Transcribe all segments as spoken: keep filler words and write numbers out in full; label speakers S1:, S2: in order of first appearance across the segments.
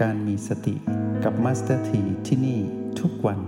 S1: การมีสติกับมาสเตอร์ทีที่นี่ทุกวัน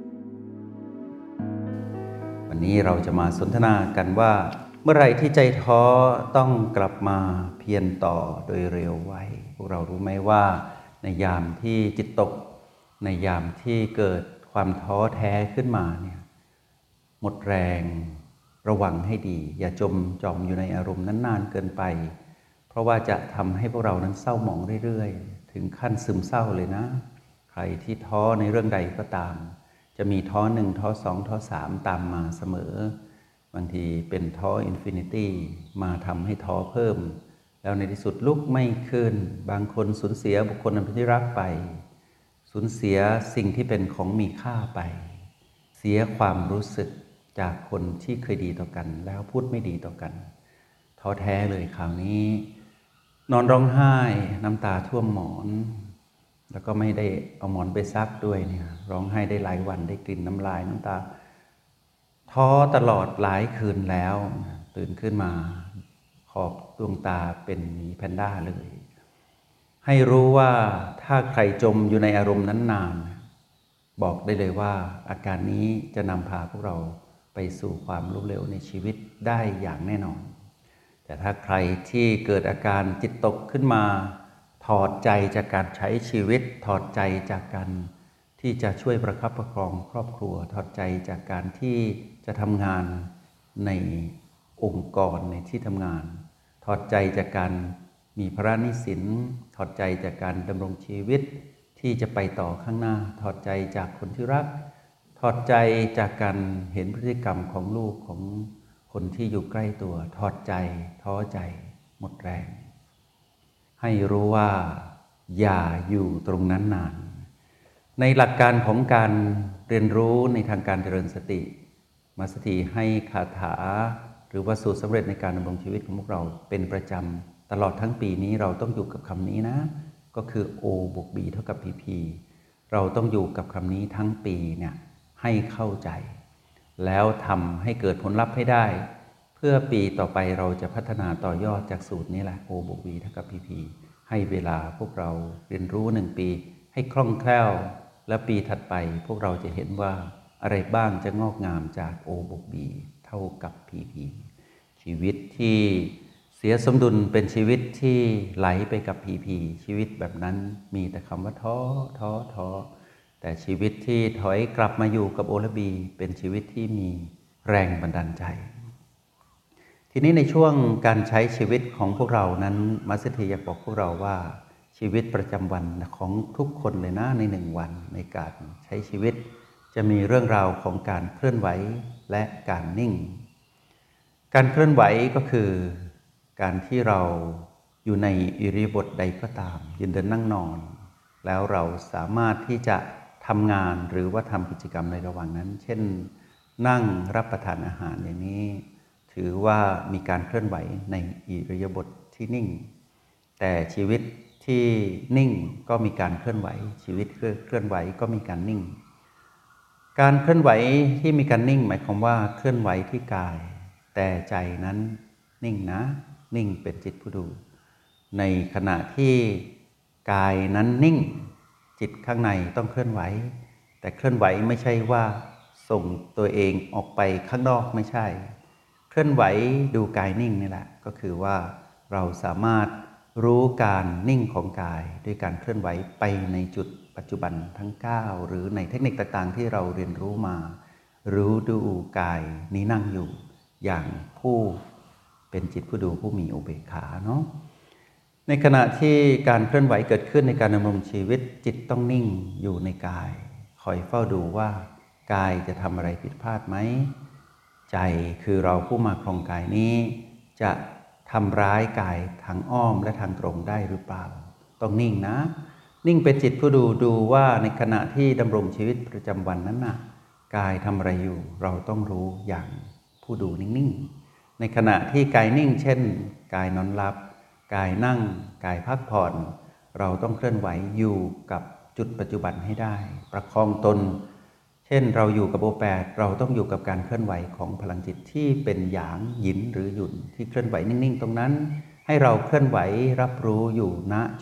S2: วันนี้เราจะมาสนทนากันว่าเมื่อไหร่ที่ใจท้อต้องกลับมาเพียรต่อโดยเร็วไวพวกเรารู้ไหมว่าในยามที่จิตตกในยามที่เกิดความท้อแท้ขึ้นมาเนี่ยหมดแรงระวังให้ดีอย่าจมจอมอยู่ในอารมณ์นั้นนานเกินไปเพราะว่าจะทำให้พวกเรานั้นเศร้าหมองเรื่อยๆถึงขั้นซึมเศร้าเลยนะใครที่ท้อในเรื่องใดก็ตามจะมีท้อหนึ่งท้อสองท้อสามตามมาเสมอบางทีเป็นท้ออินฟินิตี้มาทำให้ท้อเพิ่มแล้วในที่สุดลุกไม่ขึ้นบางคนสูญเสียบุคคลอันเป็นที่รักไปสูญเสียสิ่งที่เป็นของมีค่าไปเสียความรู้สึกจากคนที่เคยดีต่อกันแล้วพูดไม่ดีต่อกันท้อแท้เลยคราวนี้นอนร้องไห้น้ำตาท่วมหมอนแล้วก็ไม่ได้เอาหมอนไปซักด้วยเนี่ยร้องไห้ได้หลายวันได้กลิ่นน้ำลายน้ำตาท้อตลอดหลายคืนแล้วตื่นขึ้นมาขอบดวงตาเป็นหมีแพนด้าเลยให้รู้ว่าถ้าใครจมอยู่ในอารมณ์นั้นนานบอกได้เลยว่าอาการนี้จะนำพาพวกเราไปสู่ความล้มเหลวในชีวิตได้อย่างแน่นอนแต่ถ้าใครที่เกิดอาการจิตตกขึ้นมาถอดใจจากการใช้ชีวิตถอดใจจากการที่จะช่วยประคับประคองครอบครัวถอดใจจากการที่จะทำงานในองค์กรในที่ทำงานถอดใจจากการมีภาระหนี้สินถอดใจจากการดำรงชีวิตที่จะไปต่อข้างหน้าถอดใจจากคนที่รักถอดใจจากการเห็นพฤติกรรมของลูกของคนที่อยู่ใกล้ตัวถอดใจท้อใจหมดแรงให้รู้ว่าอย่าอยู่ตรงนั้นนานในหลักการของการเรียนรู้ในทางการเจริญสติมาสติให้คาถาหรือว่าสูตรสำเร็จในการดำรงชีวิตของพวกเราเป็นประจำตลอดทั้งปีนี้เราต้องอยู่กับคำนี้นะก็คือ O บวก B เท่ากับ พี พี เราต้องอยู่กับคำนี้ทั้งปีเนี่ยให้เข้าใจแล้วทำให้เกิดผลลัพธ์ให้ได้เพื่อปีต่อไปเราจะพัฒนาต่อยอดจากสูตรนี้แหละ O บวก B เท่ากับ พี พี ให้เวลาพวกเราเรียนรู้หนึ่งปีให้คล่องแคล่วและปีถัดไปพวกเราจะเห็นว่าอะไรบ้างจะงอกงามจาก O บวก B เท่ากับ พี พี ชีวิตที่เสียสมดุลเป็นชีวิตที่ไหลไปกับ พี พี ชีวิตแบบนั้นมีแต่คำว่าท้อท้อท้อแต่ชีวิตที่ถอยกลับมาอยู่กับ O และ B เป็นชีวิตที่มีแรงบันดาลใจทีนี้ในช่วงการใช้ชีวิตของพวกเรานั้นมัสถีอยากบอกพวกเราว่าชีวิตประจำวันของทุกคนเลยนะในหนึ่งวันในการใช้ชีวิตจะมีเรื่องราวของการเคลื่อนไหวและการนิ่งการเคลื่อนไหวก็คือการที่เราอยู่ในอิริยาบถใดก็ตามยืนเดินนั่งนอนแล้วเราสามารถที่จะทำงานหรือว่าทำกิจกรรมในระหว่างนั้นเช่นนั่งรับประทานอาหารอย่างนี้ถือว่ามีการเคลื่อนไหวในอิริยาบถที่นิ่งแต่ชีวิตที่นิ่งก็มีการเคลื่อนไหวชีวิตเคลื่อนไหวก็มีการนิ่งการเคลื่อนไหวที่มีการนิ่งหมายความว่าเคลื่อนไหวที่กายแต่ใจนั้นนิ่งนะนิ่งเป็นจิตผู้ดูในขณะที่กายนั้นนิ่งจิตข้างในต้องเคลื่อนไหวแต่เคลื่อนไหวไม่ใช่ว่าส่งตัวเองออกไปข้างนอกไม่ใช่เคลื่อนไหวดูกายนิ่งนี่แหละก็คือว่าเราสามารถรู้การนิ่งของกายด้วยการเคลื่อนไหวไปในจุดปัจจุบันทั้งเก้าหรือในเทคนิคต่างๆที่เราเรียนรู้มารู้ดูกายนี้นั่งอยู่อย่างผู้เป็นจิตผู้ดูผู้มีอุเบกขาเนาะในขณะที่การเคลื่อนไหวเกิดขึ้นในการดำรงชีวิตจิตต้องนิ่งอยู่ในกายคอยเฝ้าดูว่ากายจะทำอะไรผิดพลาดไหมใจคือเราผู้มาครองกายนี้จะทำร้ายกายทางอ้อมและทางตรงได้หรือเปล่าต้องนิ่งนะนิ่งเป็นจิตผู้ดูดูว่าในขณะที่ดำรงชีวิตประจำวันนั้นน่ะกายทำอะไรอยู่เราต้องรู้อย่างผู้ดูนิ่งๆในขณะที่กายนิ่งเช่นกายนอนหลับกายนั่งกายพักผ่อนเราต้องเคลื่อนไหวอยู่กับจุดปัจจุบันให้ได้ประคองตนเช่นเราอยู่กับโอแปดเราต้องอยู่กับการเคลื่อนไหวของพลังจิตที่เป็นหยางหยินหรือหยุ่นที่เคลื่อนไหวนิ่งๆตรงนั้นให้เราเคลื่อนไหวรับรู้อยู่ณจุด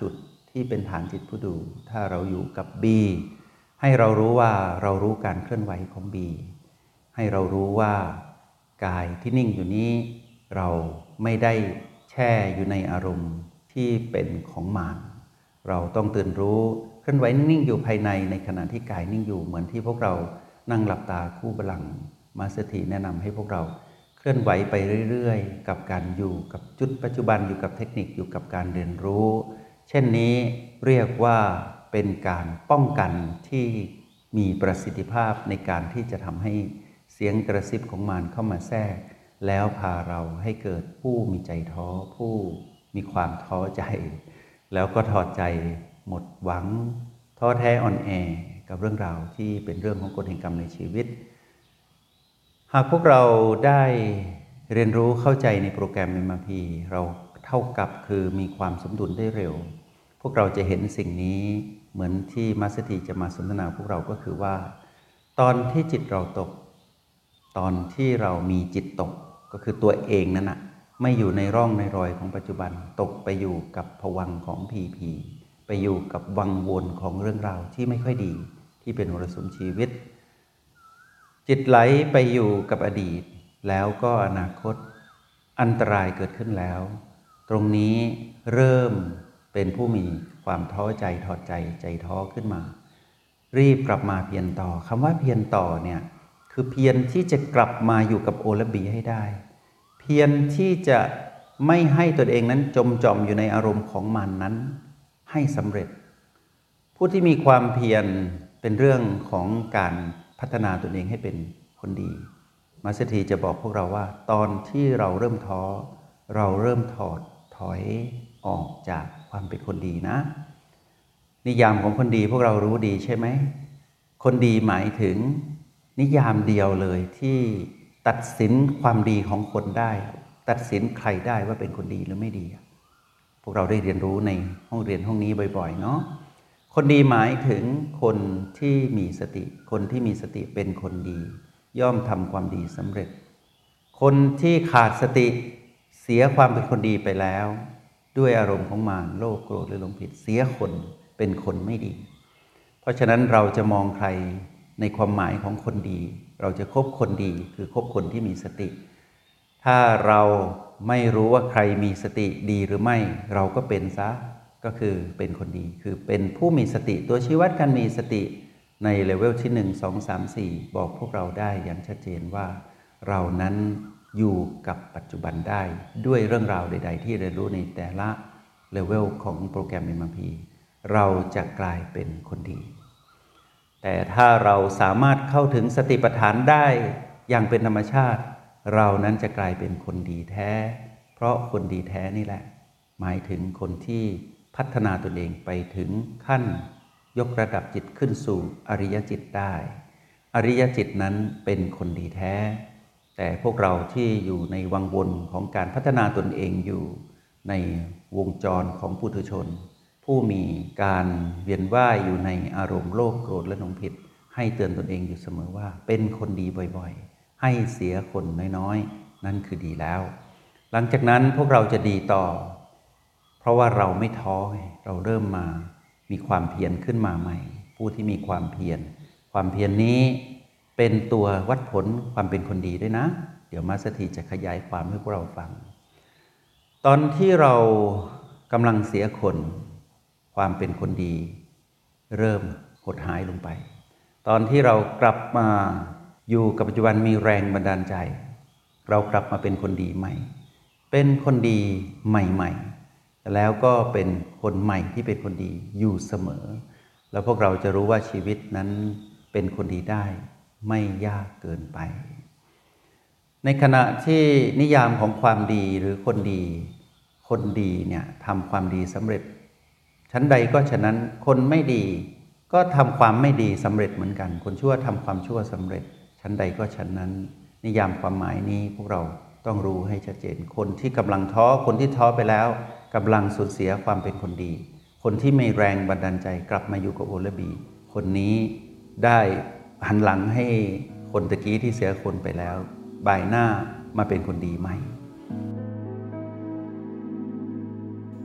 S2: ที่เป็นฐานจิตผู้ดู ถ้าเราอยู่กับ B ให้เรารู้ว่าเรารู้การเคลื่อนไหวของ B ให้เรารู้ว่ากายที่นิ่งอยู่นี้เราไม่ได้แช่อยู่ในอารมณ์ที่เป็นของมารเราต้องตื่นรู้เคลื่อนไหวนิ่งอยู่ภายในในขณะที่กายนิ่งอยู่เหมือนที่พวกเรานั่งหลับตาคู่บัลลังก์มาสเตอร์ทีแนะนำให้พวกเราเคลื่อนไหวไปเรื่อยๆกับการอยู่กับจุดปัจจุบันอยู่กับเทคนิคอยู่กับการเรียนรู้เช่นนี้เรียกว่าเป็นการป้องกันที่มีประสิทธิภาพในการที่จะทำให้เสียงกระซิบของมารเข้ามาแทรกแล้วพาเราให้เกิดผู้มีใจท้อผู้มีความท้อใจแล้วก็ถอดใจหมดหวังท้อแท้อ่อนแอกับเรื่องราวที่เป็นเรื่องของกฎแห่งกรรมในชีวิตหากพวกเราได้เรียนรู้เข้าใจในโปรแกรม เอ็ม อาร์ พี เราเท่ากับคือมีความสมดุลได้เร็วพวกเราจะเห็นสิ่งนี้เหมือนที่มาสเตอร์ทีจะมาสนทนาพวกเราก็คือว่าตอนที่จิตเราตกตอนที่เรามีจิตตกก็คือตัวเองนั้นนะไม่อยู่ในร่องในรอยของปัจจุบันตกไปอยู่กับภวังค์ของพีพีไปอยู่กับวังวนของเรื่องราวที่ไม่ค่อยดีที่เป็นมรสุมชีวิตจิตไหลไปอยู่กับอดีตแล้วก็อนาคตอันตรายเกิดขึ้นแล้วตรงนี้เริ่มเป็นผู้มีความท้อใจถอดใจใจท้อขึ้นมารีบกลับมาเพียรต่อคำว่าเพียรต่อเนี่ยคือเพียรที่จะกลับมาอยู่กับโอและบีให้ได้เพียรที่จะไม่ให้ตนเองนั้นจมจอมอยู่ในอารมณ์ของมันนั้นให้สำเร็จผู้ที่มีความเพียรเป็นเรื่องของการพัฒนาตนเองให้เป็นคนดีมาสเตอร์ทีจะบอกพวกเราว่าตอนที่เราเริ่มท้อเราเริ่มถอดถอยออกจากความเป็นคนดีนะนิยามของคนดีพวกเรารู้ดีใช่ไหมคนดีหมายถึงนิยามเดียวเลยที่ตัดสินความดีของคนได้ตัดสินใครได้ว่าเป็นคนดีหรือไม่ดีพวกเราได้เรียนรู้ในห้องเรียนห้องนี้บ่อยๆเนาะคนดีหมายถึงคนที่มีสติคนที่มีสติเป็นคนดีย่อมทำความดีสำเร็จคนที่ขาดสติเสียความเป็นคนดีไปแล้วด้วยอารมณ์ของมารโลภโกรธหรือหลงผิดเสียคนเป็นคนไม่ดีเพราะฉะนั้นเราจะมองใครในความหมายของคนดีเราจะคบคนดีคือคบคนที่มีสติถ้าเราไม่รู้ว่าใครมีสติดีหรือไม่เราก็เป็นซะก็คือเป็นคนดีคือเป็นผู้มีสติตัวชี้วัดการมีสติในเลเวลที่หนึ่ง สอง สาม สี่บอกพวกเราได้อย่างชัดเจนว่าเรานั้นอยู่กับปัจจุบันได้ด้วยเรื่องราวใดๆที่เรียนรู้ในแต่ละเลเวลของโปรแกรม เอ็ม อาร์ พี เราจะกลายเป็นคนดีแต่ถ้าเราสามารถเข้าถึงสติปัฏฐานได้อย่างเป็นธรรมชาติเรานั้นจะกลายเป็นคนดีแท้เพราะคนดีแท้นี่แหละหมายถึงคนที่พัฒนาตนเองไปถึงขั้นยกระดับจิตขึ้นสู่อริยจิตได้อริยจิตนั้นเป็นคนดีแท้แต่พวกเราที่อยู่ในวังวนของการพัฒนาตนเองอยู่ในวงจรของปุถุชนผู้มีการเวียนว่ายอยู่ในอารมณ์โลภโกรธและหลงผิดให้เตือนตนเองอยู่เสมอว่าเป็นคนดีบ่อยๆให้เสียคนน้อยๆนั่นคือดีแล้วหลังจากนั้นพวกเราจะดีต่อเพราะว่าเราไม่ท้อเราเริ่มมามีความเพียรขึ้นมาใหม่ผู้ที่มีความเพียรความเพียรนี้เป็นตัววัดผลความเป็นคนดีด้วยนะเดี๋ยวมาสเตอร์ทีจะขยายความให้พวกเราฟังตอนที่เรากำลังเสียคนความเป็นคนดีเริ่มหดหายลงไปตอนที่เรากลับมาอยู่กับปัจจุบันมีแรงบันดาลใจเรากลับมาเป็นคนดีใหม่เป็นคนดีใหม่ๆแล้วก็เป็นคนใหม่ที่เป็นคนดีอยู่เสมอแล้วพวกเราจะรู้ว่าชีวิตนั้นเป็นคนดีได้ไม่ยากเกินไปในขณะที่นิยามของความดีหรือคนดีคนดีเนี่ยทำความดีสำเร็จชั้นใดก็ฉะนั้นคนไม่ดีก็ทำความไม่ดีสำเร็จเหมือนกันคนชั่วทำความชั่วสำเร็จชั้นใดก็ชั้นนั้นนิยามความหมายนี้พวกเราต้องรู้ให้ชัดเจนคนที่กำลังท้อคนที่ท้อไปแล้วกำลังสูญเสียความเป็นคนดีคนที่ไม่แรงบันดาลใจกลับมาอยู่กับโอและบีคนนี้ได้หันหลังให้คนตะกี้ที่เสียคนไปแล้วบ่ายหน้ามาเป็นคนดีใหม่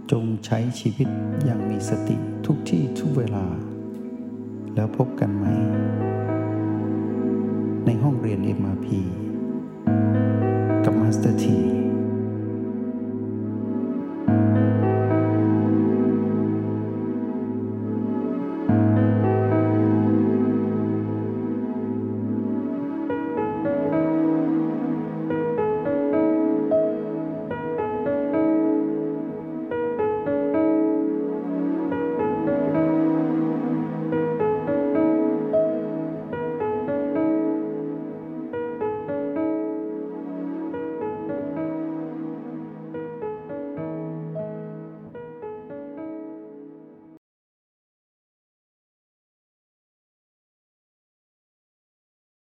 S1: จงใช้ชีวิตอย่างมีสติทุกที่ทุกเวลาแล้วพบกันไหมในห้องเรียน เอ็ม อาร์ พี กับมาสเตอร์ที